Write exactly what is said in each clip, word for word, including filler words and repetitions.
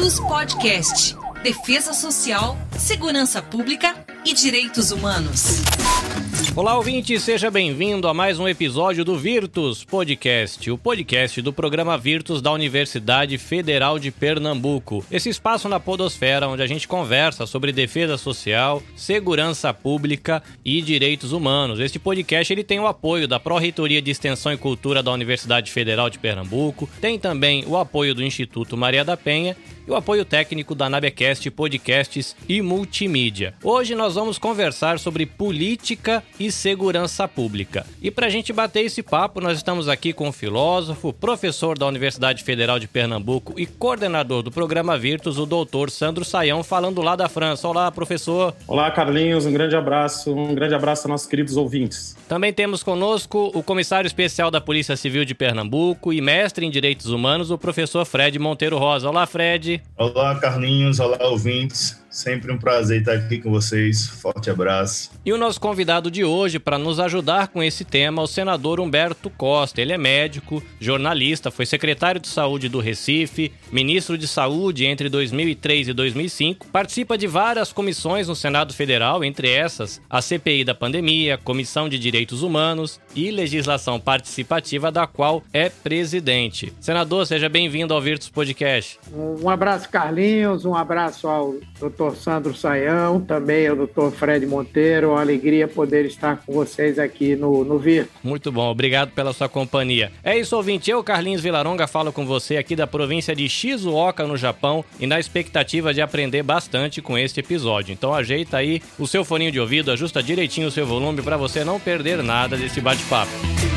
Virtus Podcast. Defesa Social, Segurança Pública e Direitos Humanos. Olá, ouvinte, seja bem-vindo a mais um episódio do Virtus Podcast, o podcast do programa Virtus da Universidade Federal de Pernambuco. Esse espaço na podosfera onde a gente conversa sobre defesa social, segurança pública e direitos humanos. Este podcast ele tem o apoio da Pró-Reitoria de Extensão e Cultura da Universidade Federal de Pernambuco, tem também o apoio do Instituto Maria da Penha e o apoio técnico da Nabecast Podcasts e Multimídia. Hoje nós vamos conversar sobre política e segurança pública. E para a gente bater esse papo, nós estamos aqui com o filósofo, professor da Universidade Federal de Pernambuco e coordenador do programa Virtus, o doutor Sandro Saião, falando lá da França. Olá, professor. Olá, Carlinhos. Um grande abraço. Um grande abraço aos nossos queridos ouvintes. Também temos conosco o comissário especial da Polícia Civil de Pernambuco e mestre em Direitos Humanos, o professor Fred Monteiro Rosa. Olá, Fred. Olá, Carlinhos. Olá, ouvintes. Sempre um prazer estar aqui com vocês. Forte abraço. E o nosso convidado de hoje, para nos ajudar com esse tema, é o senador Humberto Costa. Ele é médico, jornalista, foi secretário de Saúde do Recife, ministro de Saúde entre dois mil e três e dois mil e cinco, participa de várias comissões no Senado Federal, entre essas a C P I da Pandemia, Comissão de Direitos Humanos e Legislação Participativa, da qual é presidente. Senador, seja bem-vindo ao Virtus Podcast. Um abraço, Carlinhos, um abraço ao doutor Sandro Saião, também ao doutor Fred Monteiro. Uma alegria poder estar com vocês aqui no, no Virtus. Muito bom, obrigado pela sua companhia. É isso, ouvinte, eu, Carlinhos Vilaronga, falo com você aqui da província de Shizuoka, no Japão, e na expectativa de aprender bastante com este episódio. Então ajeita aí o seu foninho de ouvido, ajusta direitinho o seu volume para você não perder nada desse bate-papo.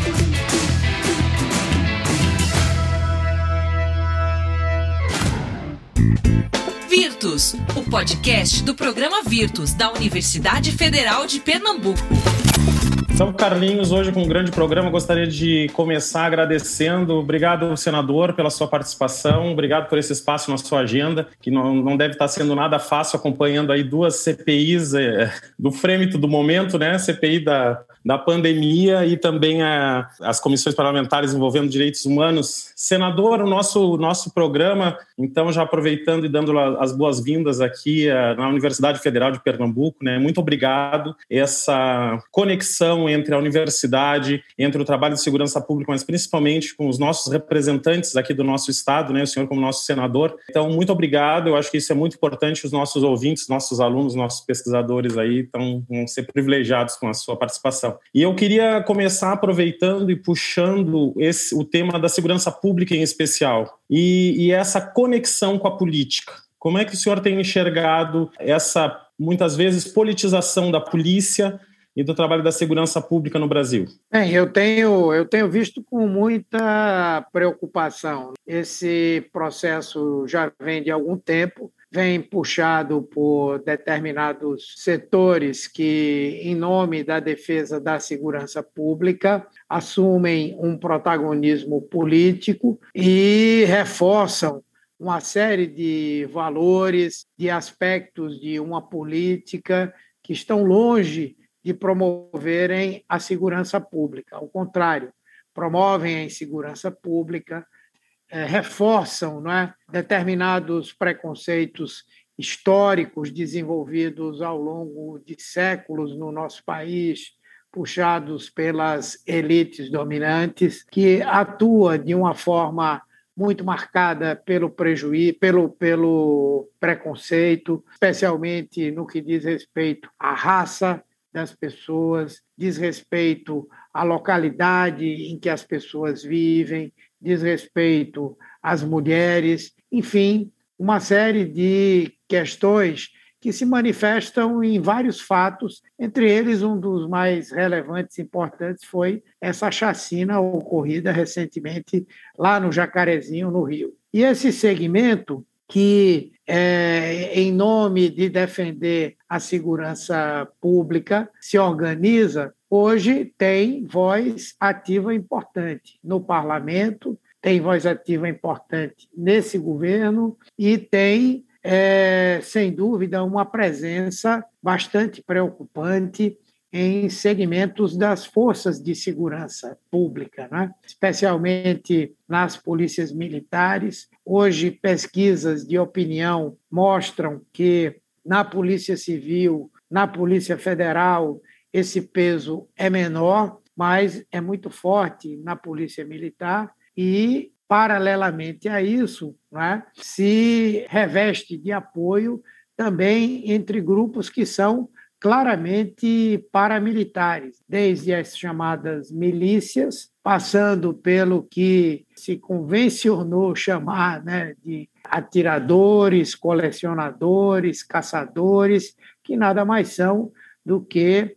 Virtus, o podcast do programa Virtus da Universidade Federal de Pernambuco. Então, Carlinhos, hoje com um grande programa, gostaria de começar agradecendo. Obrigado, senador, pela sua participação. Obrigado por esse espaço na sua agenda, que não, não deve estar sendo nada fácil acompanhando aí duas C P Is é, do frêmito do momento, né? C P I da, da pandemia e também a, as comissões parlamentares envolvendo direitos humanos. Senador, o nosso, nosso programa, então, já aproveitando e dando as boas-vindas aqui a, na Universidade Federal de Pernambuco, né? Muito obrigado. Essa conexão entre a universidade, entre o trabalho de segurança pública, mas principalmente com os nossos representantes aqui do nosso estado, né, o senhor como nosso senador. Então, muito obrigado, eu acho que isso é muito importante, os nossos ouvintes, nossos alunos, nossos pesquisadores aí estão, vão ser privilegiados com a sua participação. E eu queria começar aproveitando e puxando esse, o tema da segurança pública em especial, e, e essa conexão com a política. Como é que o senhor tem enxergado essa, muitas vezes, politização da polícia e do trabalho da segurança pública no Brasil? Bem, eu tenho, eu tenho visto com muita preocupação. Esse processo já vem de algum tempo, vem puxado por determinados setores que, em nome da defesa da segurança pública, assumem um protagonismo político e reforçam uma série de valores, de aspectos de uma política que estão longe de promoverem a segurança pública. Ao contrário, promovem a insegurança pública, é, reforçam, não é, determinados preconceitos históricos desenvolvidos ao longo de séculos no nosso país, puxados pelas elites dominantes, que atua de uma forma muito marcada pelo prejuízo, pelo, pelo preconceito, especialmente no que diz respeito à raça das pessoas, diz respeito à localidade em que as pessoas vivem, diz respeito às mulheres, enfim, uma série de questões que se manifestam em vários fatos, entre eles um dos mais relevantes e importantes foi essa chacina ocorrida recentemente lá no Jacarezinho, no Rio. E esse segmento que, é, em nome de defender a segurança pública, se organiza, hoje tem voz ativa importante no parlamento, tem voz ativa importante nesse governo e tem, é, sem dúvida, uma presença bastante preocupante em segmentos das forças de segurança pública, né? Especialmente nas polícias militares. Hoje, pesquisas de opinião mostram que na Polícia Civil, na Polícia Federal, esse peso é menor, mas é muito forte na Polícia Militar e, paralelamente a isso, né, se reveste de apoio também entre grupos que são claramente paramilitares, desde as chamadas milícias, passando pelo que se convencionou chamar, né, de atiradores, colecionadores, caçadores, que nada mais são do que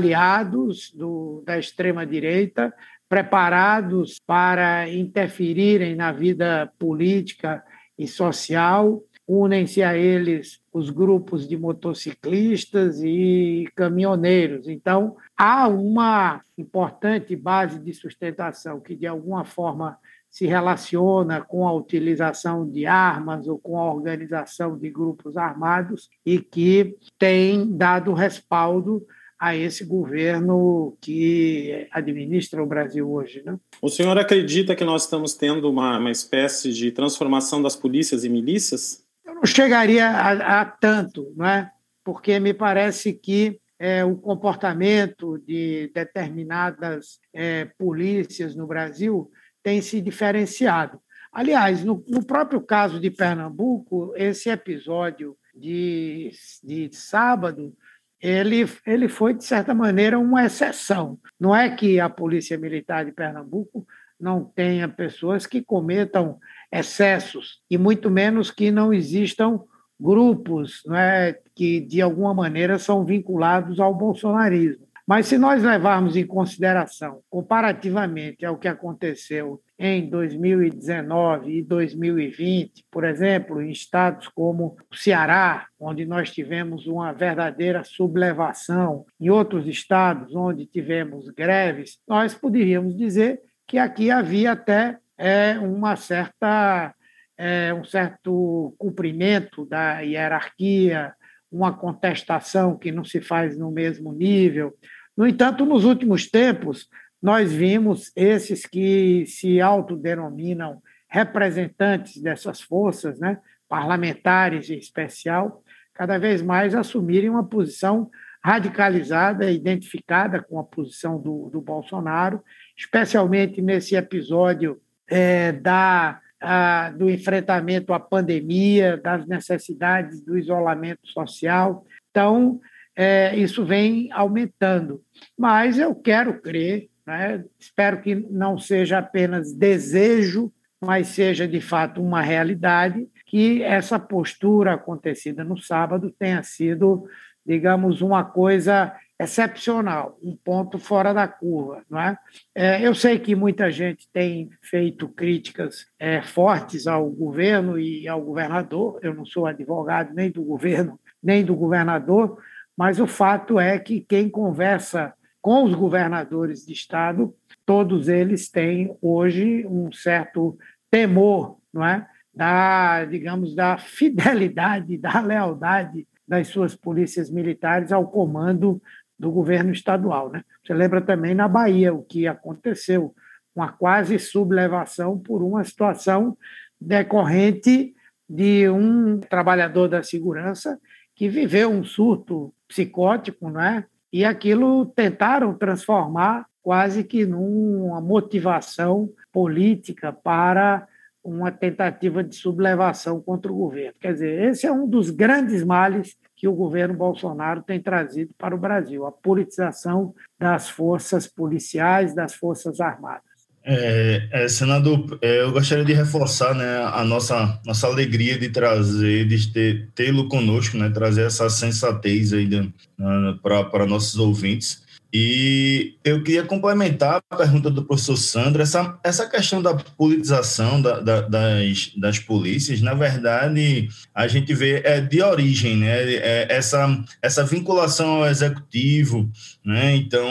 aliados do, da extrema-direita, preparados para interferirem na vida política e social. Unem-se a eles os grupos de motociclistas e caminhoneiros. Então, há uma importante base de sustentação que, de alguma forma, se relaciona com a utilização de armas ou com a organização de grupos armados e que tem dado respaldo a esse governo que administra o Brasil hoje, né? O senhor acredita que nós estamos tendo uma, uma espécie de transformação das polícias em milícias? Eu não chegaria a, a tanto, não é? Porque me parece que é, o comportamento de determinadas é, polícias no Brasil tem se diferenciado. Aliás, no, no próprio caso de Pernambuco, esse episódio de, de sábado, ele, ele foi, de certa maneira, uma exceção. Não é que a Polícia Militar de Pernambuco não tenha pessoas que cometam excessos, e muito menos que não existam grupos, não é, que, de alguma maneira, são vinculados ao bolsonarismo. Mas, se nós levarmos em consideração, comparativamente ao que aconteceu em dois mil e dezenove e dois mil e vinte, por exemplo, em estados como o Ceará, onde nós tivemos uma verdadeira sublevação, em outros estados onde tivemos greves, nós poderíamos dizer que aqui havia até é, uma certa, é, um certo cumprimento da hierarquia, uma contestação que não se faz no mesmo nível. No entanto, nos últimos tempos, nós vimos esses que se autodenominam representantes dessas forças, né, parlamentares em especial, cada vez mais assumirem uma posição radicalizada, identificada com a posição do, do Bolsonaro, especialmente nesse episódio é, da, a, do enfrentamento à pandemia, das necessidades do isolamento social. Então, é, isso vem aumentando. Mas eu quero crer, né, espero que não seja apenas desejo, mas seja, de fato, uma realidade, que essa postura acontecida no sábado tenha sido, digamos, uma coisa excepcional, um ponto fora da curva, não é? É, eu sei que muita gente tem feito críticas é, fortes ao governo e ao governador, eu não sou advogado nem do governo, nem do governador, mas o fato é que quem conversa com os governadores de estado, todos eles têm hoje um certo temor, não é? Da, digamos, da fidelidade, da lealdade das suas polícias militares ao comando do governo estadual, né? Você lembra também na Bahia o que aconteceu, uma quase sublevação por uma situação decorrente de um trabalhador da segurança que viveu um surto psicótico, né? E aquilo tentaram transformar quase que numa motivação política para uma tentativa de sublevação contra o governo. Quer dizer, esse é um dos grandes males que o governo Bolsonaro tem trazido para o Brasil, a politização das forças policiais, das forças armadas. É, é, senador, é, eu gostaria de reforçar, né, a nossa, nossa alegria de trazer, de ter, tê-lo conosco, né, trazer essa sensatez aí para nossos ouvintes. E eu queria complementar a pergunta do professor Sandro, essa, essa questão da politização da, da, das, das polícias, na verdade, a gente vê é de origem, né? É essa, essa vinculação ao executivo, né? Então,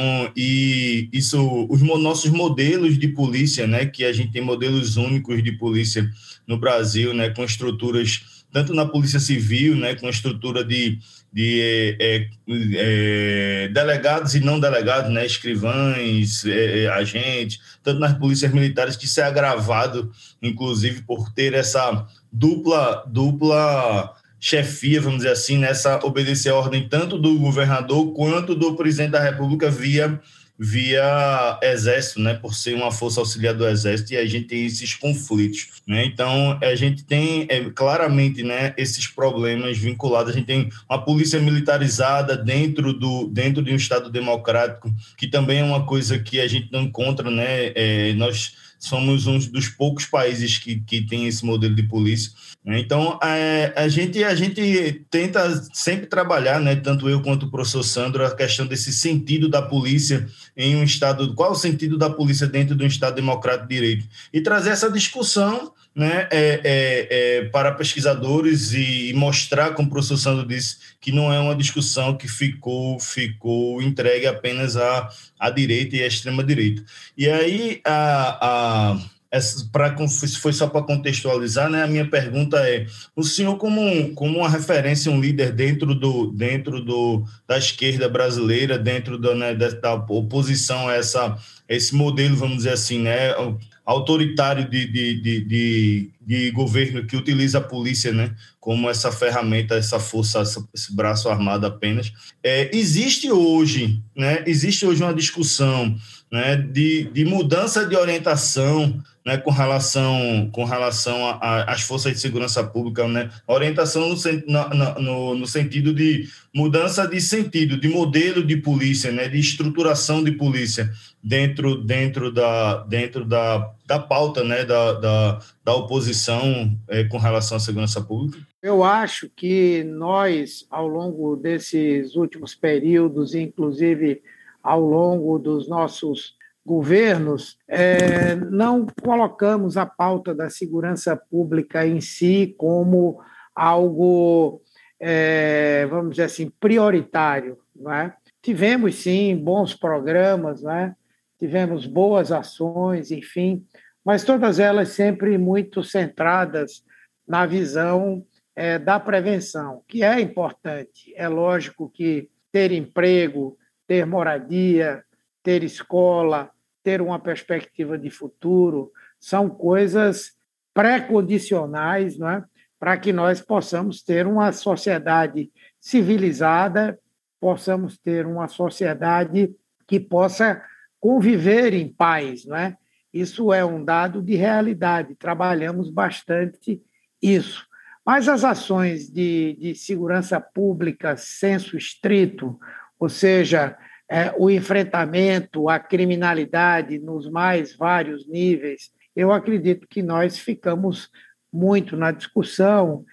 e isso, os nossos modelos de polícia, né? Que a gente tem modelos únicos de polícia no Brasil, né? Com estruturas tanto na Polícia Civil, né, com a estrutura de, de é, é, delegados e não delegados, né, escrivães, é, agentes, tanto nas polícias militares, que isso é agravado, inclusive, por ter essa dupla, dupla chefia, vamos dizer assim, nessa obedecer a ordem tanto do governador quanto do presidente da República via via Exército, né, por ser uma força auxiliar do Exército, e a gente tem esses conflitos, né? Então a gente tem é, claramente, né, esses problemas vinculados. A gente tem uma polícia militarizada dentro do dentro de um Estado democrático, que também é uma coisa que a gente não encontra, né? É, nós somos um dos poucos países que, que tem esse modelo de polícia, né? Então, a, a, gente, a gente tenta sempre trabalhar, né, tanto eu quanto o professor Sandro, a questão desse sentido da polícia em um Estado, qual o sentido da polícia dentro de um Estado democrático de direito, e trazer essa discussão, né, é, é, é, para pesquisadores e, e mostrar, como o professor Sandro disse, que não é uma discussão que ficou, ficou entregue apenas à, à direita e à extrema-direita. E aí, a, a, para, foi só para contextualizar, né, a minha pergunta é, o senhor, como, como uma referência, um líder dentro, do, dentro do, da esquerda brasileira, dentro do, né, da oposição a essa, esse modelo, vamos dizer assim, né, autoritário de, de, de, de, de governo que utiliza a polícia, né, como essa ferramenta, essa força, esse braço armado apenas. É, existe hoje, né, existe hoje uma discussão, né, de, de mudança de orientação, né, com relação, com relação às forças de segurança pública, né, orientação no, no, no, no sentido de mudança de sentido, de modelo de polícia, né, de estruturação de polícia dentro, dentro, da, dentro da, da pauta, né, da, da, da oposição é, com relação à segurança pública? Eu acho que nós, ao longo desses últimos períodos, inclusive ao longo dos nossos governos, é, não colocamos a pauta da segurança pública em si como algo, é, vamos dizer assim, prioritário, não é? Tivemos, sim, bons programas, não é? Tivemos boas ações, enfim, mas todas elas sempre muito centradas na visão é, da prevenção, que é importante. É lógico que ter emprego, ter moradia, ter escola, ter uma perspectiva de futuro, são coisas pré-condicionais, não é? Para que nós possamos ter uma sociedade civilizada, possamos ter uma sociedade que possa conviver em paz, não é? Isso é um dado de realidade, trabalhamos bastante isso. Mas as ações de, de segurança pública, senso estrito, ou seja, é, o enfrentamento à criminalidade nos mais vários níveis, eu acredito que nós ficamos muito na discussão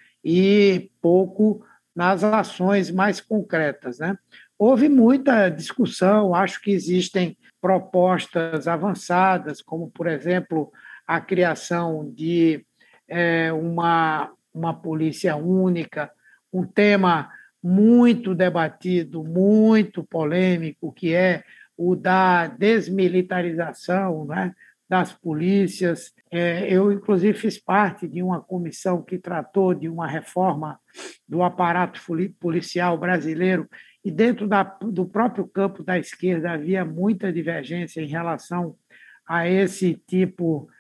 e pouco nas ações mais concretas, né? Houve muita discussão, acho que existem propostas avançadas, como, por exemplo, a criação de é, uma, uma polícia única, um tema muito debatido, muito polêmico, que é o da desmilitarização, né, das polícias. É, eu, inclusive, fiz parte de uma comissão que tratou de uma reforma do aparato policial brasileiro, e dentro da, do próprio campo da esquerda havia muita divergência em relação a esse tipo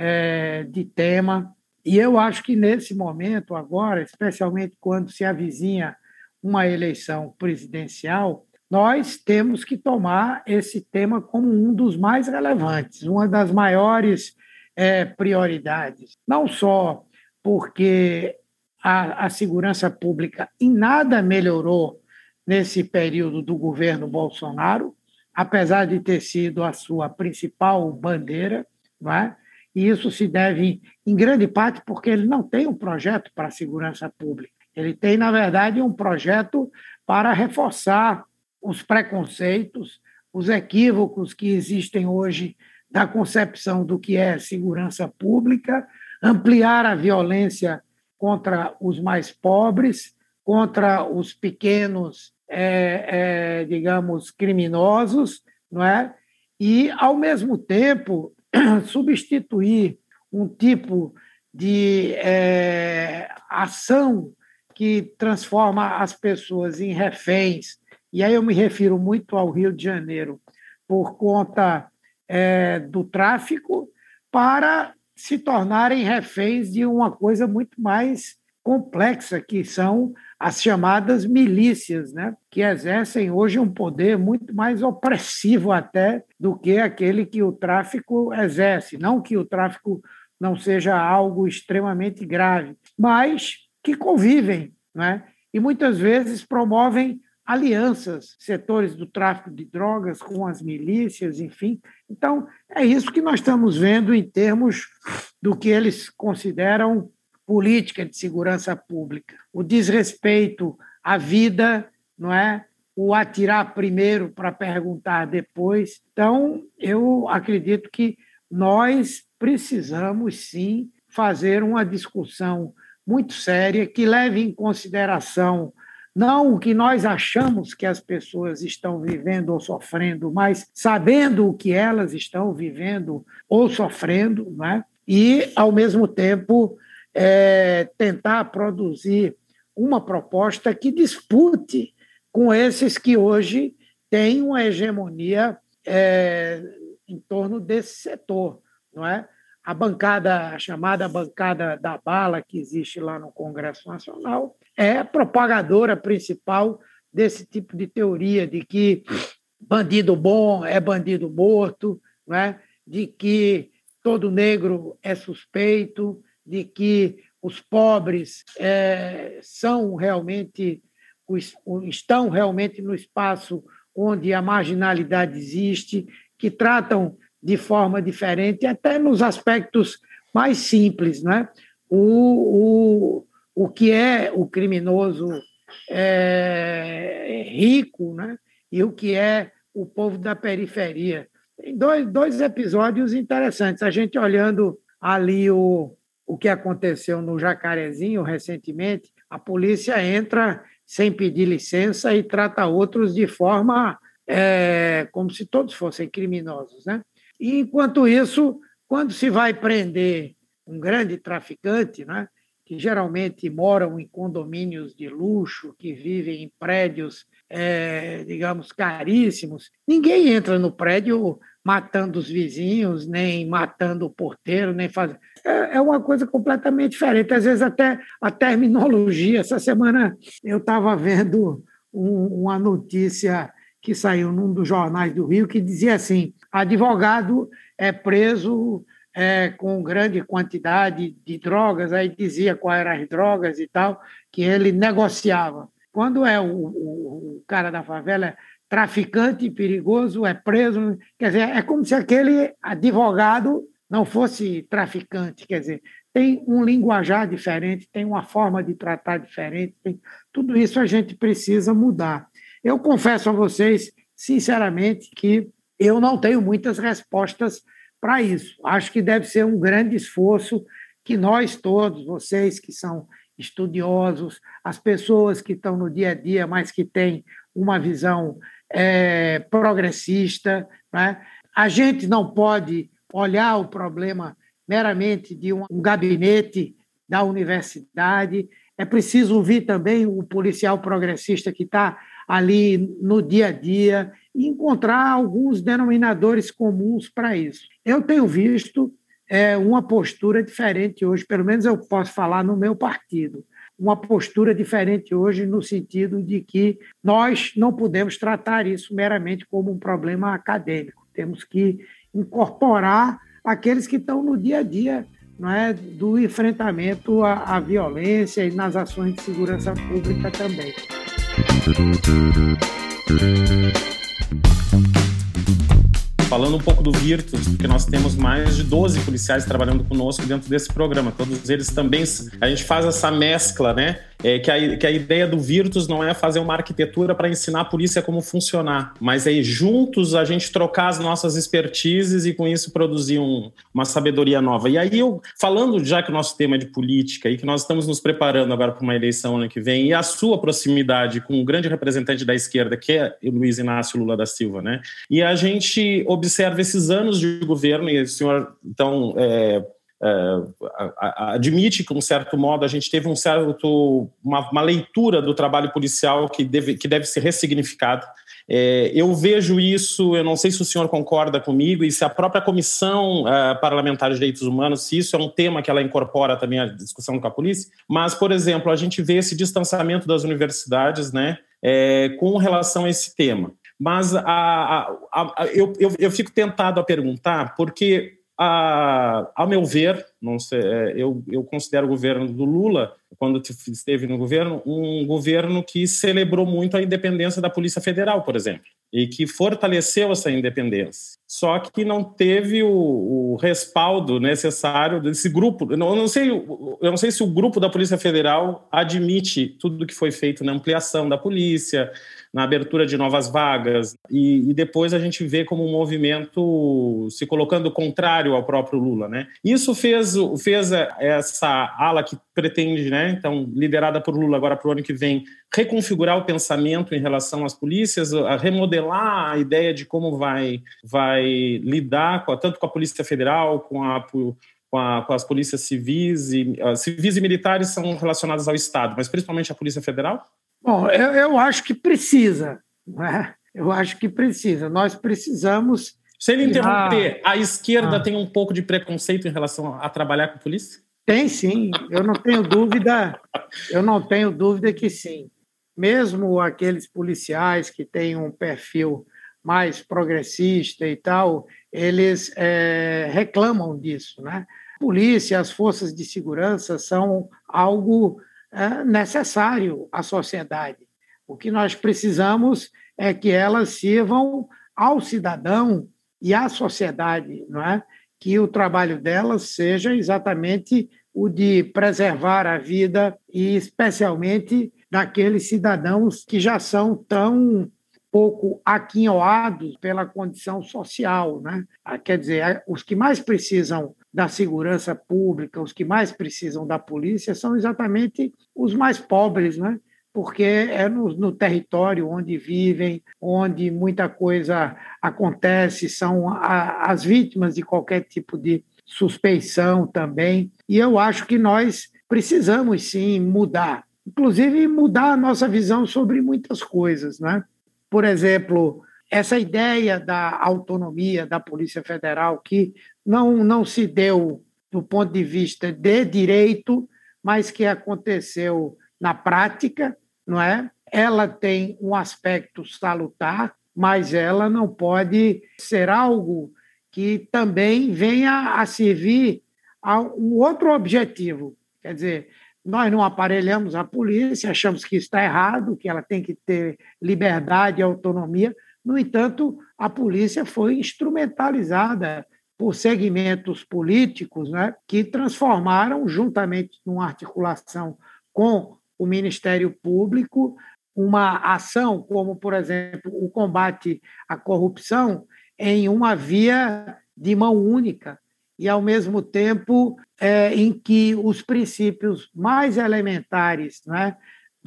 é, de tema. E eu acho que, nesse momento, agora, especialmente quando se avizinha uma eleição presidencial, nós temos que tomar esse tema como um dos mais relevantes, uma das maiores é, prioridades. Não só porque a, a segurança pública em nada melhorou nesse período do governo Bolsonaro, apesar de ter sido a sua principal bandeira, não é? E isso se deve, em grande parte, porque ele não tem um projeto para a segurança pública. Ele tem, na verdade, um projeto para reforçar os preconceitos, os equívocos que existem hoje da concepção do que é segurança pública, ampliar a violência contra os mais pobres, contra os pequenos, é, é, digamos, criminosos, não é? E, ao mesmo tempo, substituir um tipo de é, ação que transforma as pessoas em reféns, e aí eu me refiro muito ao Rio de Janeiro, por conta é, do tráfico, para se tornarem reféns de uma coisa muito mais complexa, que são as chamadas milícias, né? Que exercem hoje um poder muito mais opressivo até do que aquele que o tráfico exerce. Não que o tráfico não seja algo extremamente grave, mas que convivem, né? E muitas vezes promovem alianças, setores do tráfico de drogas com as milícias, enfim. Então, é isso que nós estamos vendo em termos do que eles consideram política de segurança pública. O desrespeito à vida, não é? O atirar primeiro para perguntar depois. Então, eu acredito que nós precisamos, sim, fazer uma discussão muito séria que leve em consideração não o que nós achamos que as pessoas estão vivendo ou sofrendo, mas sabendo o que elas estão vivendo ou sofrendo, não é? E, ao mesmo tempo, é, tentar produzir uma proposta que dispute com esses que hoje têm uma hegemonia é, em torno desse setor, não é? A bancada, a chamada bancada da bala que existe lá no Congresso Nacional, é a propagadora principal desse tipo de teoria, de que bandido bom é bandido morto, não é? De que todo negro é suspeito, de que os pobres é, são realmente, estão realmente no espaço onde a marginalidade existe, que tratam de forma diferente, até nos aspectos mais simples, né? O, o, o que é o criminoso é, rico, né? E o que é o povo da periferia. Tem dois, dois episódios interessantes. A gente olhando ali o, o que aconteceu no Jacarezinho recentemente, a polícia entra sem pedir licença e trata outros de forma é, como se todos fossem criminosos, né? E, enquanto isso, quando se vai prender um grande traficante, né, que geralmente moram em condomínios de luxo, que vivem em prédios, é, digamos, caríssimos, ninguém entra no prédio matando os vizinhos, nem matando o porteiro, nem fazendo... É uma coisa completamente diferente. Às vezes, até a terminologia. Essa semana eu estava vendo um, uma notícia que saiu num dos jornais do Rio, que dizia assim: advogado é preso é, com grande quantidade de drogas, aí dizia quais eram as drogas e tal, que ele negociava. Quando é o, o, o cara da favela é traficante perigoso, é preso, quer dizer, é como se aquele advogado não fosse traficante, quer dizer, tem um linguajar diferente, tem uma forma de tratar diferente, tem, tudo isso a gente precisa mudar. Eu confesso a vocês, sinceramente, que eu não tenho muitas respostas para isso. Acho que deve ser um grande esforço que nós todos, vocês que são estudiosos, as pessoas que estão no dia a dia, mas que têm uma visão é, progressista, né? A gente não pode olhar o problema meramente de um, um gabinete da universidade. É preciso ouvir também o policial progressista que está ali no dia a dia e encontrar alguns denominadores comuns para isso. Eu tenho visto é, uma postura diferente hoje, pelo menos eu posso falar no meu partido, uma postura diferente hoje no sentido de que nós não podemos tratar isso meramente como um problema acadêmico. Temos que incorporar aqueles que estão no dia a dia, não é, do enfrentamento à, à violência e nas ações de segurança pública também. Falando um pouco do Virtus, porque nós temos mais de doze policiais trabalhando conosco dentro desse programa. Todos eles também, a gente faz essa mescla, né? É, que, a, que a ideia do Virtus não é fazer uma arquitetura para ensinar a polícia como funcionar, mas é juntos a gente trocar as nossas expertises e com isso produzir um, uma sabedoria nova. E aí eu, falando já que o nosso tema é de política e que nós estamos nos preparando agora para uma eleição ano que vem, e a sua proximidade com o grande representante da esquerda, que é o Luiz Inácio Lula da Silva, né? E a gente observa esses anos de governo, e o senhor, então, é, uh, admite que, de um certo modo, a gente teve um certo, uma, uma leitura do trabalho policial que deve, que deve ser ressignificada. É, eu vejo isso, eu não sei se o senhor concorda comigo e se a própria Comissão uh, Parlamentar de Direitos Humanos, se isso é um tema que ela incorpora também a discussão com a polícia, mas, por exemplo, a gente vê esse distanciamento das universidades, né, é, com relação a esse tema. Mas a, a, a, eu, eu, eu fico tentado a perguntar, porque, a, ao meu ver, não sei, eu, eu considero o governo do Lula, quando esteve no governo, um governo que celebrou muito a independência da Polícia Federal, por exemplo, e que fortaleceu essa independência. Só que não teve o, o respaldo necessário desse grupo. Eu não, sei, eu não sei se o grupo da Polícia Federal admite tudo o que foi feito na ampliação da polícia, na abertura de novas vagas, e, e depois a gente vê como um movimento se colocando contrário ao próprio Lula, né? Isso fez, fez essa ala que pretende, né, então, liderada por Lula agora para o ano que vem, reconfigurar o pensamento em relação às polícias, a remodelar a ideia de como vai, vai lidar com a, tanto com a Polícia Federal, com, a, com, a, com as polícias civis e, uh, civis e militares são relacionadas ao Estado, mas principalmente a Polícia Federal? Bom, eu, eu acho que precisa, né? Eu acho que precisa. Nós precisamos... Se ele interromper, a esquerda ah. tem um pouco de preconceito em relação a, a trabalhar com a polícia? Tem sim, eu não tenho dúvida, eu não tenho dúvida que sim. Mesmo aqueles policiais que têm um perfil mais progressista e tal, eles é, reclamam disso, né? A polícia, as forças de segurança são algo é, necessário à sociedade. O que nós precisamos é que elas sirvam ao cidadão e à sociedade, não é? Que o trabalho delas seja exatamente o de preservar a vida e especialmente daqueles cidadãos que já são tão pouco aquinhoados pela condição social, né? Quer dizer, os que mais precisam da segurança pública, os que mais precisam da polícia são exatamente os mais pobres, né? Porque é no, no território onde vivem, onde muita coisa acontece, são a, as vítimas de qualquer tipo de suspeição também. E eu acho que nós precisamos, sim, mudar. Inclusive, mudar a nossa visão sobre muitas coisas, né? Por exemplo, essa ideia da autonomia da Polícia Federal, que não, não se deu do ponto de vista de direito, mas que aconteceu na prática, não é? Ela tem um aspecto salutar, mas ela não pode ser algo que também venha a servir a um outro objetivo. Quer dizer, nós não aparelhamos a polícia, achamos que está errado, que ela tem que ter liberdade e autonomia. No entanto, a polícia foi instrumentalizada por segmentos políticos, né, que transformaram, juntamente numa articulação com o Ministério Público, uma ação como, por exemplo, o combate à corrupção em uma via de mão única e, ao mesmo tempo, é, em que os princípios mais elementares, né,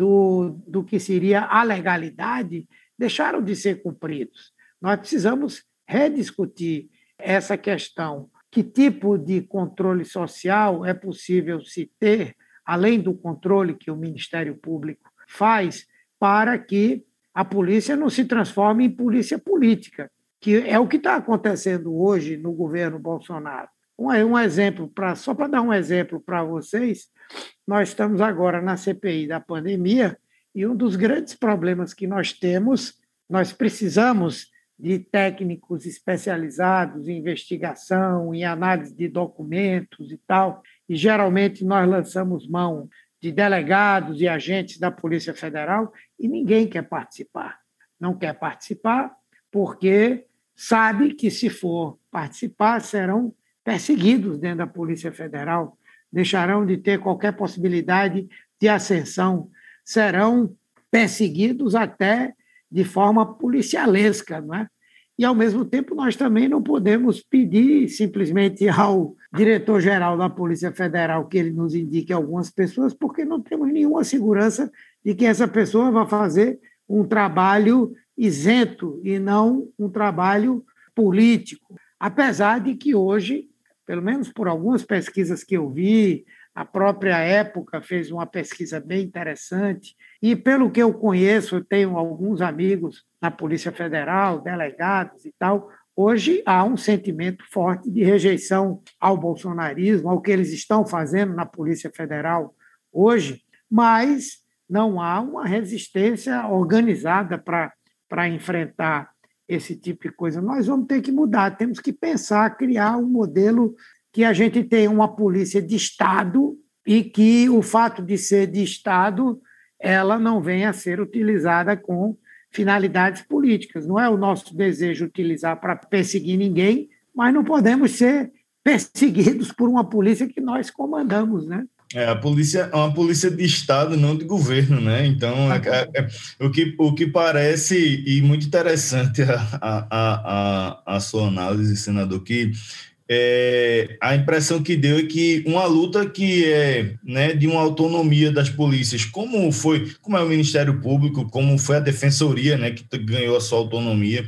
do, do que seria a legalidade deixaram de ser cumpridos. Nós precisamos rediscutir essa questão. Que tipo de controle social é possível se ter, além do controle que o Ministério Público faz, para que a polícia não se transforme em polícia política, que é o que está acontecendo hoje no governo Bolsonaro. Um, um exemplo, pra, só para dar um exemplo para vocês, nós estamos agora na C P I da pandemia e um dos grandes problemas que nós temos, nós precisamos de técnicos especializados em investigação, em análise de documentos e tal, e geralmente nós lançamos mão de delegados e agentes da Polícia Federal e ninguém quer participar. Não quer participar porque sabe que, se for participar, serão perseguidos dentro da Polícia Federal, deixarão de ter qualquer possibilidade de ascensão, serão perseguidos até de forma policialesca, não é? E, ao mesmo tempo, nós também não podemos pedir simplesmente ao diretor-geral da Polícia Federal que ele nos indique algumas pessoas, porque não temos nenhuma segurança de que essa pessoa vai fazer um trabalho isento e não um trabalho político. Apesar de que hoje, pelo menos por algumas pesquisas que eu vi, a própria Época fez uma pesquisa bem interessante, e pelo que eu conheço, eu tenho alguns amigos na Polícia Federal, delegados e tal, hoje há um sentimento forte de rejeição ao bolsonarismo, ao que eles estão fazendo na Polícia Federal hoje, mas não há uma resistência organizada para para enfrentar esse tipo de coisa. Nós vamos ter que mudar, temos que pensar, criar um modelo que a gente tenha uma polícia de Estado e que o fato de ser de Estado ela não venha a ser utilizada com finalidades políticas. Não é o nosso desejo utilizar para perseguir ninguém, mas não podemos ser perseguidos por uma polícia que nós comandamos, né? É, a polícia é uma polícia de Estado, não de governo, né? Então, é, é, é, o, que, o que parece, e muito interessante a, a, a, a sua análise, senador, que é, a impressão que deu é que uma luta que é, né, de uma autonomia das polícias, como foi, como é o Ministério Público, como foi a Defensoria, né, que ganhou a sua autonomia,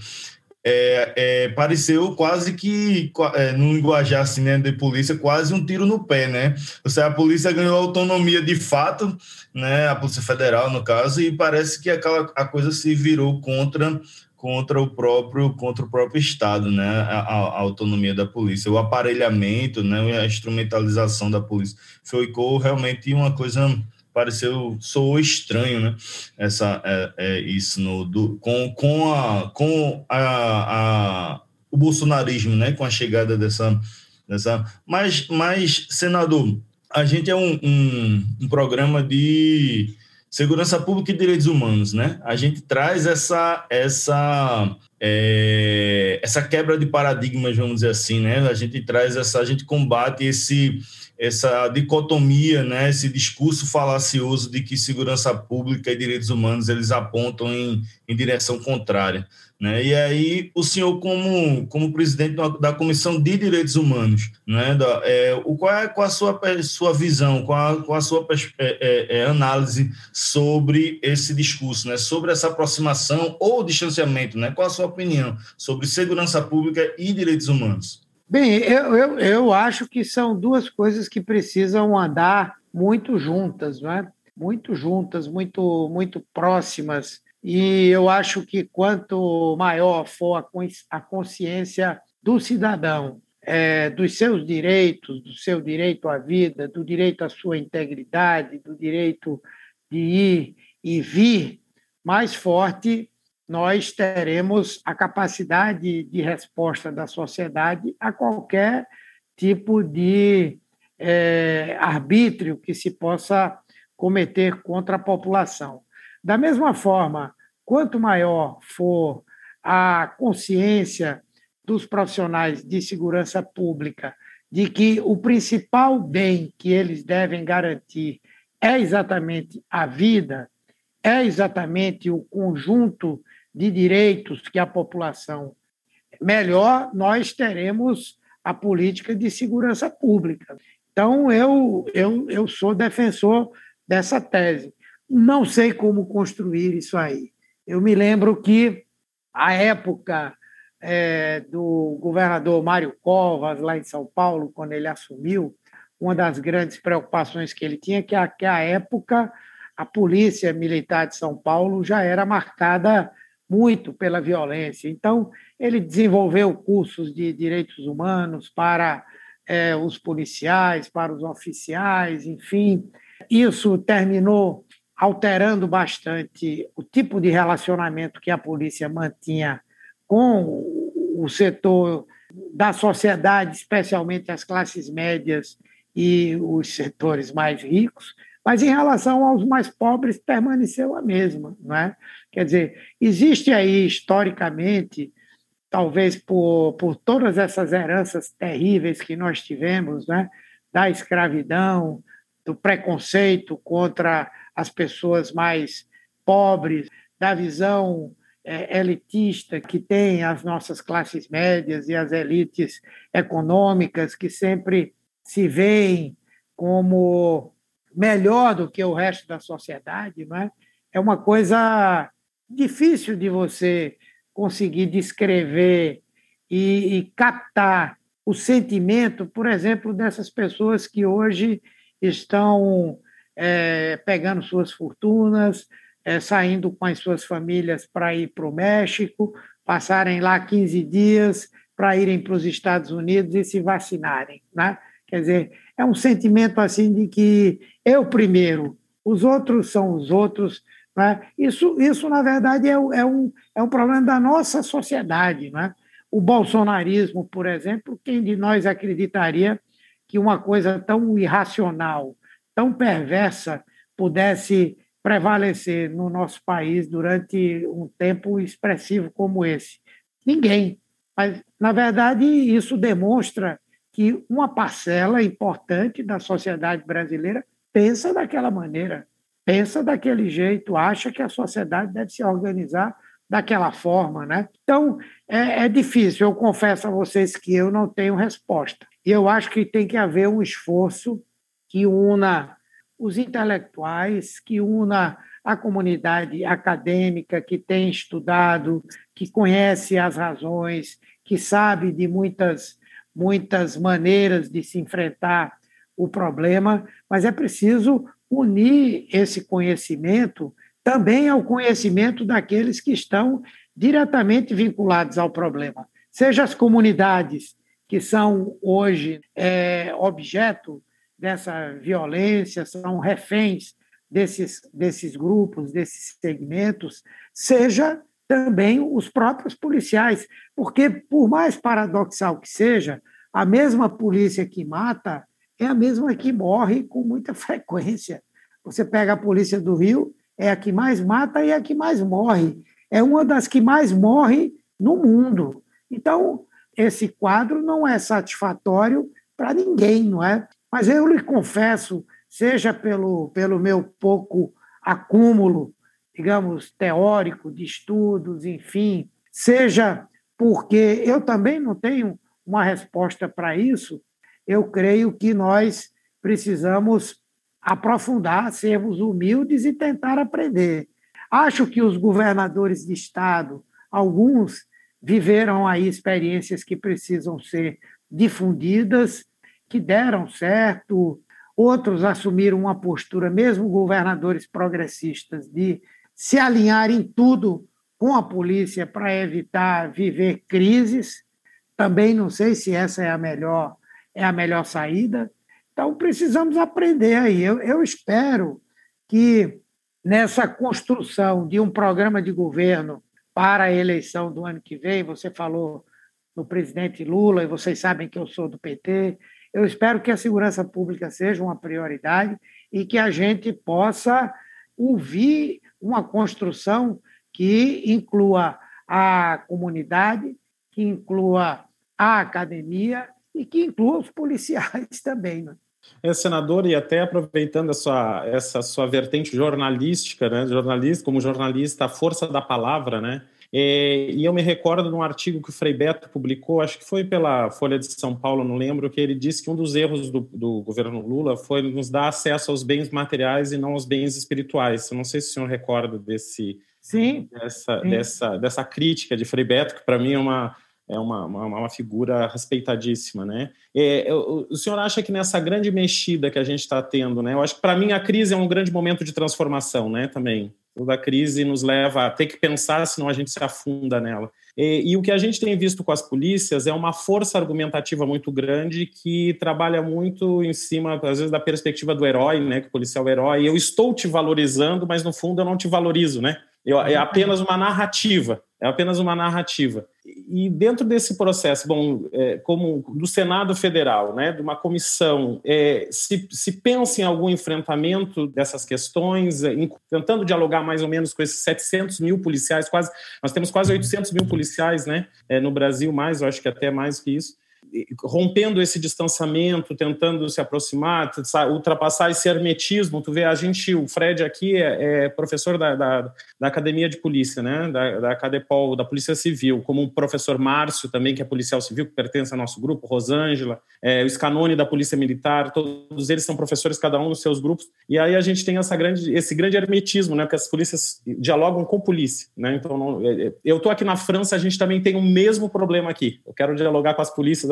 É, é, pareceu quase que, é, no linguajar assim, né, de polícia, quase um tiro no pé, né? Ou seja, a polícia ganhou autonomia de fato, né, a Polícia Federal, no caso, e parece que aquela, a coisa se virou contra, contra, o, próprio, contra o próprio Estado, né, a, a autonomia da polícia, o aparelhamento, né, a instrumentalização da polícia. Ficou realmente uma coisa... pareceu, soou estranho, né? Essa, é, é isso no, do, com, com, a, com a, a, o bolsonarismo, né? Com a chegada dessa... dessa mas, mas, senador, a gente é um, um, um programa de segurança pública e direitos humanos, né? A gente traz essa... essa é, essa quebra de paradigmas, vamos dizer assim, né? A gente traz essa... A gente combate esse... essa dicotomia, né, esse discurso falacioso de que segurança pública e direitos humanos eles apontam em, em direção contrária, né? E aí o senhor como, como presidente da Comissão de Direitos Humanos, né, da, é, o, qual é qual a sua, sua visão, qual a, qual a sua é, é, análise sobre esse discurso, né, sobre essa aproximação ou distanciamento, né? Qual a sua opinião sobre segurança pública e direitos humanos? Bem, eu, eu, eu acho que são duas coisas que precisam andar muito juntas, não é? Muito juntas, muito, muito próximas. E eu acho que quanto maior for a consciência do cidadão, é, dos seus direitos, do seu direito à vida, do direito à sua integridade, do direito de ir e vir, mais forte nós teremos a capacidade de resposta da sociedade a qualquer tipo de é, arbítrio que se possa cometer contra a população. Da mesma forma, quanto maior for a consciência dos profissionais de segurança pública de que o principal bem que eles devem garantir é exatamente a vida, é exatamente o conjunto de direitos que a população, melhor nós teremos a política de segurança pública. Então, eu, eu, eu sou defensor dessa tese. Não sei como construir isso aí. Eu me lembro que, à época é, do governador Mário Covas, lá em São Paulo, quando ele assumiu, uma das grandes preocupações que ele tinha é que, que à época, a Polícia Militar de São Paulo já era marcada muito pela violência. Então, ele desenvolveu cursos de direitos humanos para é, os policiais, para os oficiais, enfim. Isso terminou alterando bastante o tipo de relacionamento que a polícia mantinha com o setor da sociedade, especialmente as classes médias e os setores mais ricos, mas em relação aos mais pobres permaneceu a mesma, não é? Quer dizer, existe aí, historicamente, talvez por, por todas essas heranças terríveis que nós tivemos, né? Da escravidão, do preconceito contra as pessoas mais pobres, da visão é, elitista que tem as nossas classes médias e as elites econômicas que sempre se veem como melhor do que o resto da sociedade, não é? É uma coisa difícil de você conseguir descrever e, e captar o sentimento, por exemplo, dessas pessoas que hoje estão é, pegando suas fortunas, é, saindo com as suas famílias para ir para o México, passarem lá quinze dias para irem para os Estados Unidos e se vacinarem, né? Quer dizer, é um sentimento assim de que eu primeiro, os outros são os outros, né? Isso, isso, na verdade, é, é, um, é um problema da nossa sociedade, né? O bolsonarismo, por exemplo, quem de nós acreditaria que uma coisa tão irracional, tão perversa, pudesse prevalecer no nosso país durante um tempo expressivo como esse? Ninguém. Mas, na verdade, isso demonstra que uma parcela importante da sociedade brasileira pensa daquela maneira, pensa daquele jeito, acha que a sociedade deve se organizar daquela forma, né? Então, é, é difícil. Eu confesso a vocês que eu não tenho resposta. E eu acho que tem que haver um esforço que una os intelectuais, que una a comunidade acadêmica que tem estudado, que conhece as razões, que sabe de muitas, muitas maneiras de se enfrentar o problema, mas é preciso unir esse conhecimento também ao conhecimento daqueles que estão diretamente vinculados ao problema, seja as comunidades que são hoje é, objeto dessa violência, são reféns desses, desses grupos, desses segmentos, seja também os próprios policiais, porque, por mais paradoxal que seja, a mesma polícia que mata é a mesma que morre com muita frequência. Você pega a polícia do Rio, é a que mais mata e a que mais morre. É uma das que mais morre no mundo. Então, esse quadro não é satisfatório para ninguém, não é? Mas eu lhe confesso, seja pelo, pelo meu pouco acúmulo, digamos, teórico de estudos, enfim, seja porque eu também não tenho uma resposta para isso, eu creio que nós precisamos aprofundar, sermos humildes e tentar aprender. Acho que os governadores de Estado, alguns viveram aí experiências que precisam ser difundidas, que deram certo, outros assumiram uma postura, mesmo governadores progressistas, de se alinhar em tudo com a polícia para evitar viver crises. Também não sei se essa é a melhor, é a melhor saída. Então, precisamos aprender aí. Eu, eu espero que, nessa construção de um programa de governo para a eleição do ano que vem, você falou no presidente Lula, e vocês sabem que eu sou do P T, eu espero que a segurança pública seja uma prioridade e que a gente possa ouvir uma construção que inclua a comunidade, que inclua a academia e que inclua os policiais também, né? É, senador, e até aproveitando a sua, essa sua vertente jornalística, né, jornalista, como jornalista, a força da palavra, né? É, e eu me recordo de um artigo que o Frei Beto publicou, acho que foi pela Folha de São Paulo, não lembro, que ele disse que um dos erros do, do governo Lula foi nos dar acesso aos bens materiais e não aos bens espirituais. Eu não sei se o senhor recorda desse, sim, dessa, sim. Dessa, dessa crítica de Frei Beto, que para mim é uma... é uma, uma, uma figura respeitadíssima, né? É, o, o senhor acha que nessa grande mexida que a gente está tendo, né? Eu acho que para mim a crise é um grande momento de transformação, né? Também. Toda a crise nos leva a ter que pensar, senão a gente se afunda nela. E, e o que a gente tem visto com as polícias é uma força argumentativa muito grande que trabalha muito em cima, às vezes, da perspectiva do herói, né? Que o policial é o herói. Eu estou te valorizando, mas no fundo eu não te valorizo, né? Eu, é apenas uma narrativa, é apenas uma narrativa. E dentro desse processo, bom, é, como do Senado Federal, né, de uma comissão, é, se, se pensa em algum enfrentamento dessas questões, é, em, tentando dialogar mais ou menos com esses setecentos mil policiais, quase, nós temos quase oitocentos mil policiais, né, é, no Brasil, mais, eu acho que até mais que isso, rompendo esse distanciamento, tentando se aproximar, ultrapassar esse hermetismo. Tu vê, a gente, o Fred aqui é, é professor da, da, da Academia de Polícia, né? da, da Cadepol, da Polícia Civil, como o professor Márcio também, que é policial civil, que pertence ao nosso grupo, Rosângela, é, o Scanone da Polícia Militar, todos eles são professores, cada um nos seus grupos, e aí a gente tem essa grande, esse grande hermetismo, né? Porque as polícias dialogam com polícia, né? Então, não, eu estou aqui na França, a gente também tem o mesmo problema aqui. Eu quero dialogar com as polícias,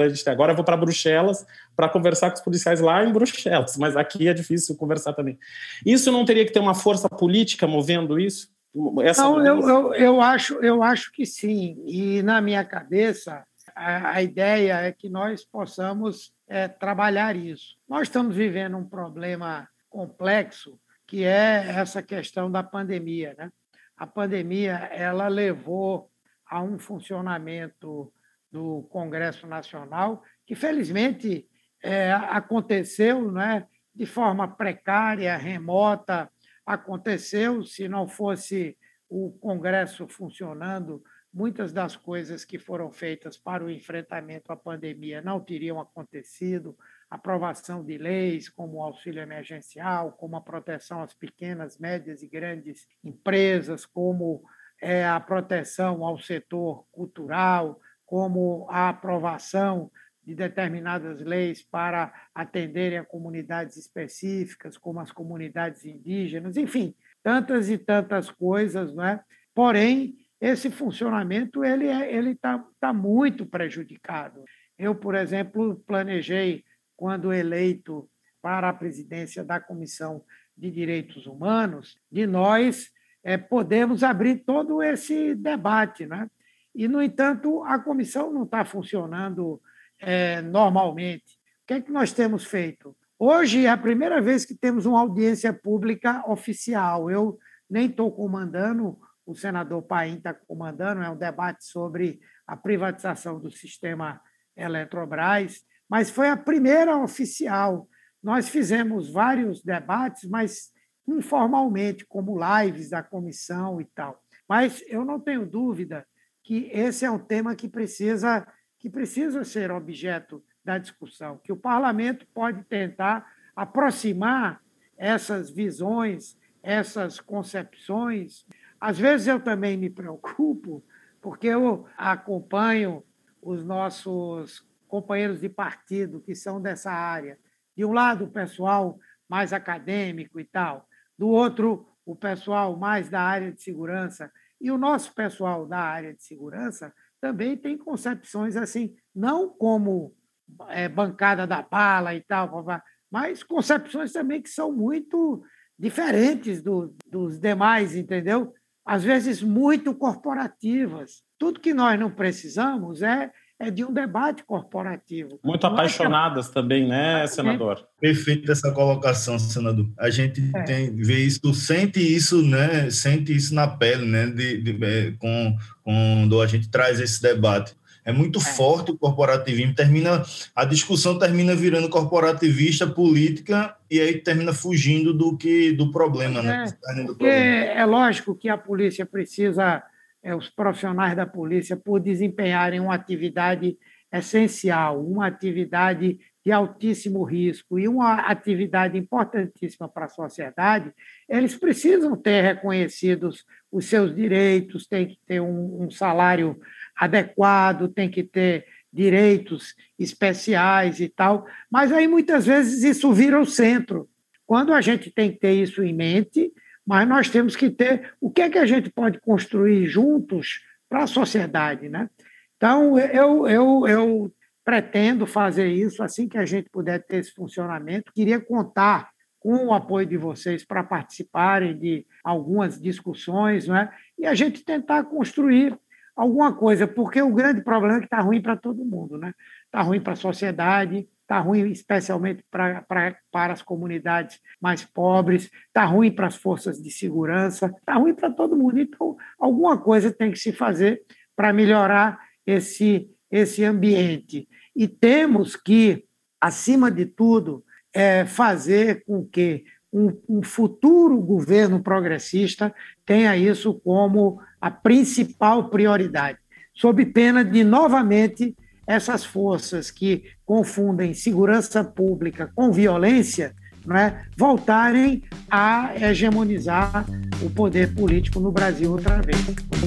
a gente tem. Agora eu vou para Bruxelas para conversar com os policiais lá em Bruxelas, mas aqui é difícil conversar também. Isso não teria que ter uma força política movendo isso? Essa não, eu, eu, eu, acho, eu acho que sim. E na minha cabeça, a, a ideia é que nós possamos é, trabalhar isso. Nós estamos vivendo um problema complexo, que é essa questão da pandemia, né? A pandemia ela levou a um funcionamento do Congresso Nacional que, felizmente, é, aconteceu, né, de forma precária, remota, aconteceu. Se não fosse o Congresso funcionando, muitas das coisas que foram feitas para o enfrentamento à pandemia não teriam acontecido. Aprovação de leis como o auxílio emergencial, como a proteção às pequenas, médias e grandes empresas, como é, a proteção ao setor cultural, como a aprovação de determinadas leis para atenderem a comunidades específicas, como as comunidades indígenas, enfim, tantas e tantas coisas, não é? Porém, esse funcionamento ele é, ele está tá muito prejudicado. Eu, por exemplo, planejei, quando eleito para a presidência da Comissão de Direitos Humanos, de nós é, podermos abrir todo esse debate, né? E, no entanto, a comissão não está funcionando é, normalmente. O que é que nós temos feito? Hoje é a primeira vez que temos uma audiência pública oficial. Eu nem estou comandando, o senador Paim está comandando, é um debate sobre a privatização do sistema Eletrobras, mas foi a primeira oficial. Nós fizemos vários debates, mas informalmente, como lives da comissão e tal. Mas eu não tenho dúvida que esse é um tema que precisa, que precisa ser objeto da discussão, que o parlamento pode tentar aproximar essas visões, essas concepções. Às vezes eu também me preocupo, porque eu acompanho os nossos companheiros de partido que são dessa área. De um lado, o pessoal mais acadêmico e tal, do outro, o pessoal mais da área de segurança. E o nosso pessoal da área de segurança também tem concepções assim, não como é, bancada da bala e tal, mas concepções também que são muito diferentes do, dos demais, entendeu? Às vezes muito corporativas. Tudo que nós não precisamos é é de um debate corporativo. Muito apaixonadas é... também, né, senador? Perfeito essa colocação, senador. A gente é. tem, vê isso, sente isso, né, sente isso na pele, né, de, de, com, quando a gente traz esse debate. É muito é. forte o corporativismo, termina, a discussão termina virando corporativista, política, e aí termina fugindo do, que, do problema. É, né, do problema. É lógico que a polícia precisa... É, os profissionais da polícia, por desempenharem uma atividade essencial, uma atividade de altíssimo risco e uma atividade importantíssima para a sociedade, eles precisam ter reconhecidos os seus direitos, tem que ter um, um salário adequado, tem que ter direitos especiais e tal, mas aí muitas vezes isso vira o centro. Quando a gente tem que ter isso em mente, mas nós temos que ter o que é que a gente pode construir juntos para a sociedade, né? Então, eu, eu, eu pretendo fazer isso assim que a gente puder ter esse funcionamento. Queria contar com o apoio de vocês para participarem de algumas discussões, né? E a gente tentar construir alguma coisa, porque o grande problema é que está ruim para todo mundo, né? Está ruim para a sociedade, está ruim especialmente para, para, para as comunidades mais pobres, está ruim para as forças de segurança, está ruim para todo mundo. Então, alguma coisa tem que se fazer para melhorar esse, esse ambiente. E temos que, acima de tudo, é, fazer com que um, um futuro governo progressista tenha isso como a principal prioridade, sob pena de, novamente, essas forças que confundem segurança pública com violência, não é, voltarem a hegemonizar o poder político no Brasil outra vez.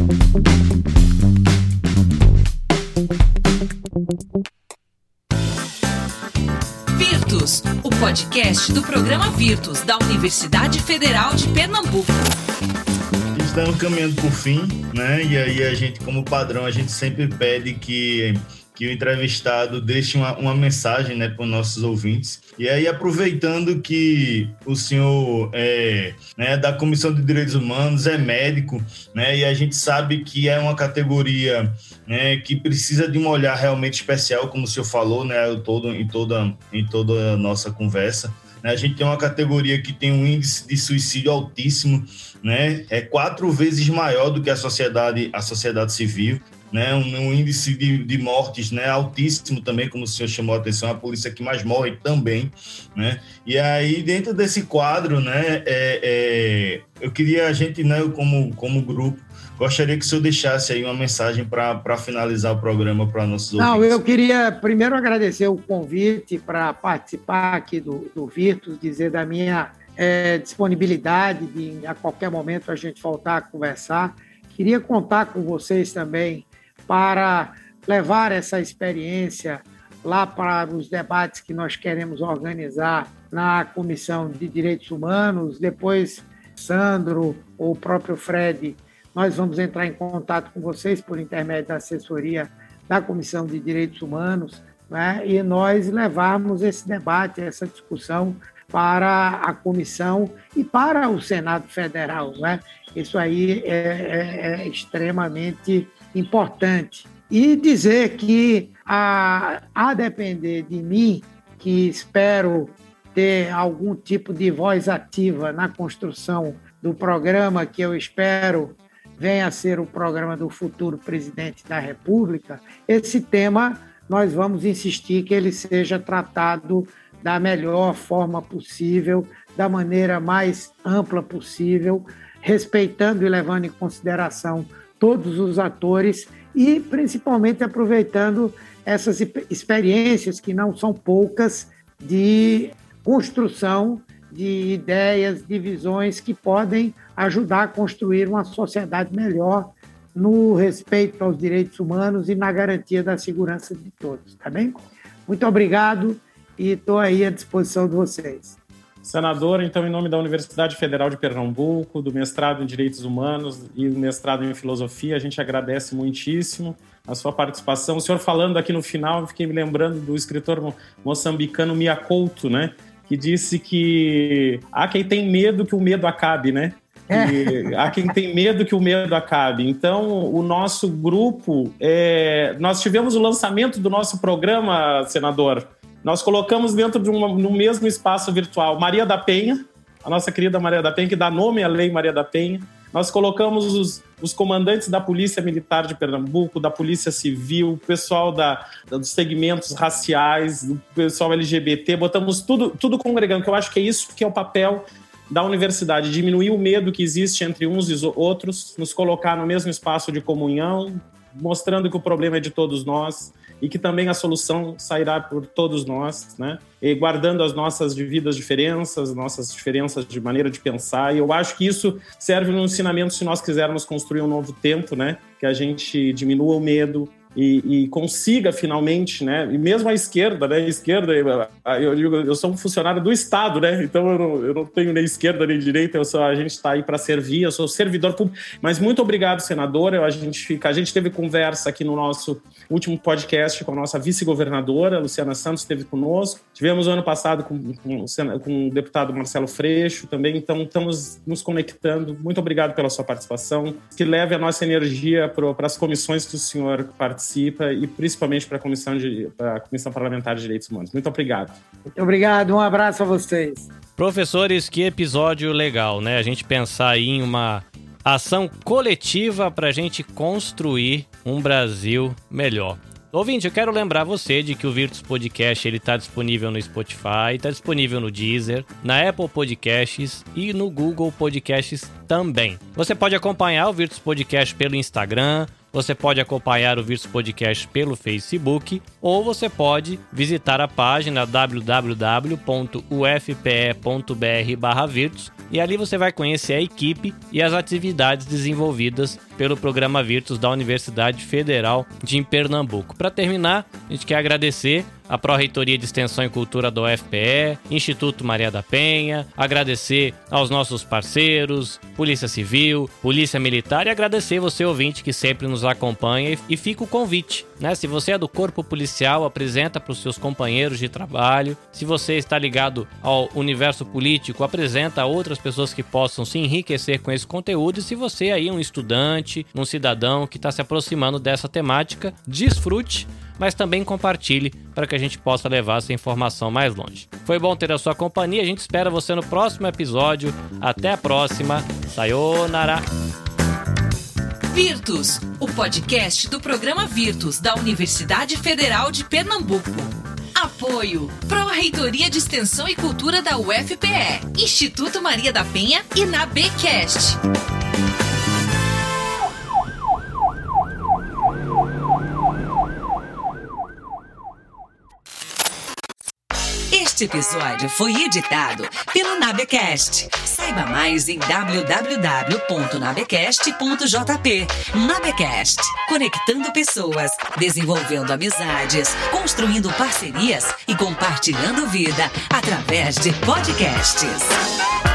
Virtus, o podcast do programa Virtus da Universidade Federal de Pernambuco. Estamos caminhando por fim, né? E aí a gente, como padrão, a gente sempre pede que, que o entrevistado deixe uma, uma mensagem, né, para os nossos ouvintes. E aí, aproveitando que o senhor é, né, da Comissão de Direitos Humanos, é médico, né, e a gente sabe que é uma categoria, né, que precisa de um olhar realmente especial, como o senhor falou, né, todo, em, toda, em toda a nossa conversa. A gente tem uma categoria que tem um índice de suicídio altíssimo, né? É quatro vezes maior do que a sociedade, a sociedade civil, né? Um, um índice de, de mortes, né, altíssimo também, como o senhor chamou a atenção, a polícia que mais morre também, né? E aí, dentro desse quadro, né, é, é, eu queria, a gente, né, como, como grupo, gostaria que o senhor deixasse aí uma mensagem para finalizar o programa para nossos ouvintes. Não, eu queria primeiro agradecer o convite para participar aqui do, do Virtus, dizer da minha é, disponibilidade de, a qualquer momento, a gente voltar a conversar. Queria contar com vocês também para levar essa experiência lá para os debates que nós queremos organizar na Comissão de Direitos Humanos. Depois, Sandro ou o próprio Fred, nós vamos entrar em contato com vocês por intermédio da assessoria da Comissão de Direitos Humanos, né? E nós levarmos esse debate, essa discussão para a comissão e para o Senado Federal, né? Isso aí é, é, é extremamente importante. E dizer que, a, a depender de mim, que espero ter algum tipo de voz ativa na construção do programa que eu espero venha a ser o programa do futuro presidente da República, esse tema nós vamos insistir que ele seja tratado da melhor forma possível, da maneira mais ampla possível, respeitando e levando em consideração todos os atores e, principalmente, aproveitando essas experiências, que não são poucas, de construção de ideias, de visões que podem ajudar a construir uma sociedade melhor no respeito aos direitos humanos e na garantia da segurança de todos, tá bem? Muito obrigado e estou aí à disposição de vocês. Senador, então, em nome da Universidade Federal de Pernambuco, do mestrado em Direitos Humanos e do mestrado em Filosofia, a gente agradece muitíssimo a sua participação. O senhor falando aqui no final, eu fiquei me lembrando do escritor moçambicano Mia Couto, né? Que disse que há quem tem medo que o medo acabe, né? E há quem tem medo que o medo acabe. Então, o nosso grupo... É... Nós tivemos o lançamento do nosso programa, senador. Nós colocamos dentro de um no mesmo espaço virtual Maria da Penha, a nossa querida Maria da Penha, que dá nome à Lei Maria da Penha. Nós colocamos os, os comandantes da Polícia Militar de Pernambuco, da Polícia Civil, o pessoal da, dos segmentos raciais, o pessoal L G B T, botamos tudo, tudo congregando, que eu acho que é isso que é o papel da universidade, diminuir o medo que existe entre uns e outros, nos colocar no mesmo espaço de comunhão, mostrando que o problema é de todos nós e que também a solução sairá por todos nós, né? E guardando as nossas devidas diferenças, nossas diferenças de maneira de pensar. E eu acho que isso serve no ensinamento se nós quisermos construir um novo tempo, né? Que a gente diminua o medo e, e consiga finalmente, né? E mesmo a esquerda, né? A esquerda, eu digo, eu sou um funcionário do Estado, né? Então eu não, eu não tenho nem esquerda nem direita, eu sou, a gente está aí para servir, eu sou servidor público. Mas muito obrigado, senador. A gente fica, a gente teve conversa aqui no nosso último podcast com a nossa vice-governadora, Luciana Santos, esteve conosco. Tivemos o ano passado com, com, com o deputado Marcelo Freixo também, então estamos nos conectando. Muito obrigado pela sua participação. Que leve a nossa energia para as comissões que o senhor participa e principalmente para a Comissão, de, para a Comissão Parlamentar de Direitos Humanos. Muito obrigado. Muito obrigado, um abraço a vocês. Professores, que episódio legal, né? A gente pensar aí em uma ação coletiva para a gente construir um Brasil melhor. Ouvinte, eu quero lembrar você de que o Virtus Podcast ele está disponível no Spotify, está disponível no Deezer, na Apple Podcasts e no Google Podcasts também. Você pode acompanhar o Virtus Podcast pelo Instagram, você pode acompanhar o Virtus Podcast pelo Facebook ou você pode visitar a página w w w ponto u f p e ponto b r barra Virtus e ali você vai conhecer a equipe e as atividades desenvolvidas pelo programa Virtus da Universidade Federal de Pernambuco. Para terminar, a gente quer agradecer a Pró-Reitoria de Extensão e Cultura da U F P E, Instituto Maria da Penha, agradecer aos nossos parceiros, Polícia Civil, Polícia Militar e agradecer você, ouvinte, que sempre nos acompanha, e fica o convite, né? Se você é do Corpo Policial, apresenta para os seus companheiros de trabalho. Se você está ligado ao universo político, apresenta a outras pessoas que possam se enriquecer com esse conteúdo. E se você aí é um estudante, um cidadão que está se aproximando dessa temática, desfrute, mas também compartilhe para que a gente possa levar essa informação mais longe. Foi bom ter a sua companhia, a gente espera você no próximo episódio. Até a próxima. Sayonara! Virtus, o podcast do programa Virtus da Universidade Federal de Pernambuco. Apoio: Pró-Reitoria de Extensão e Cultura da U F P E, Instituto Maria da Penha e NABecast. Este episódio foi editado pelo NABecast. Saiba mais em w w w ponto nabecast ponto j p. NABecast, conectando pessoas, desenvolvendo amizades, construindo parcerias e compartilhando vida através de podcasts.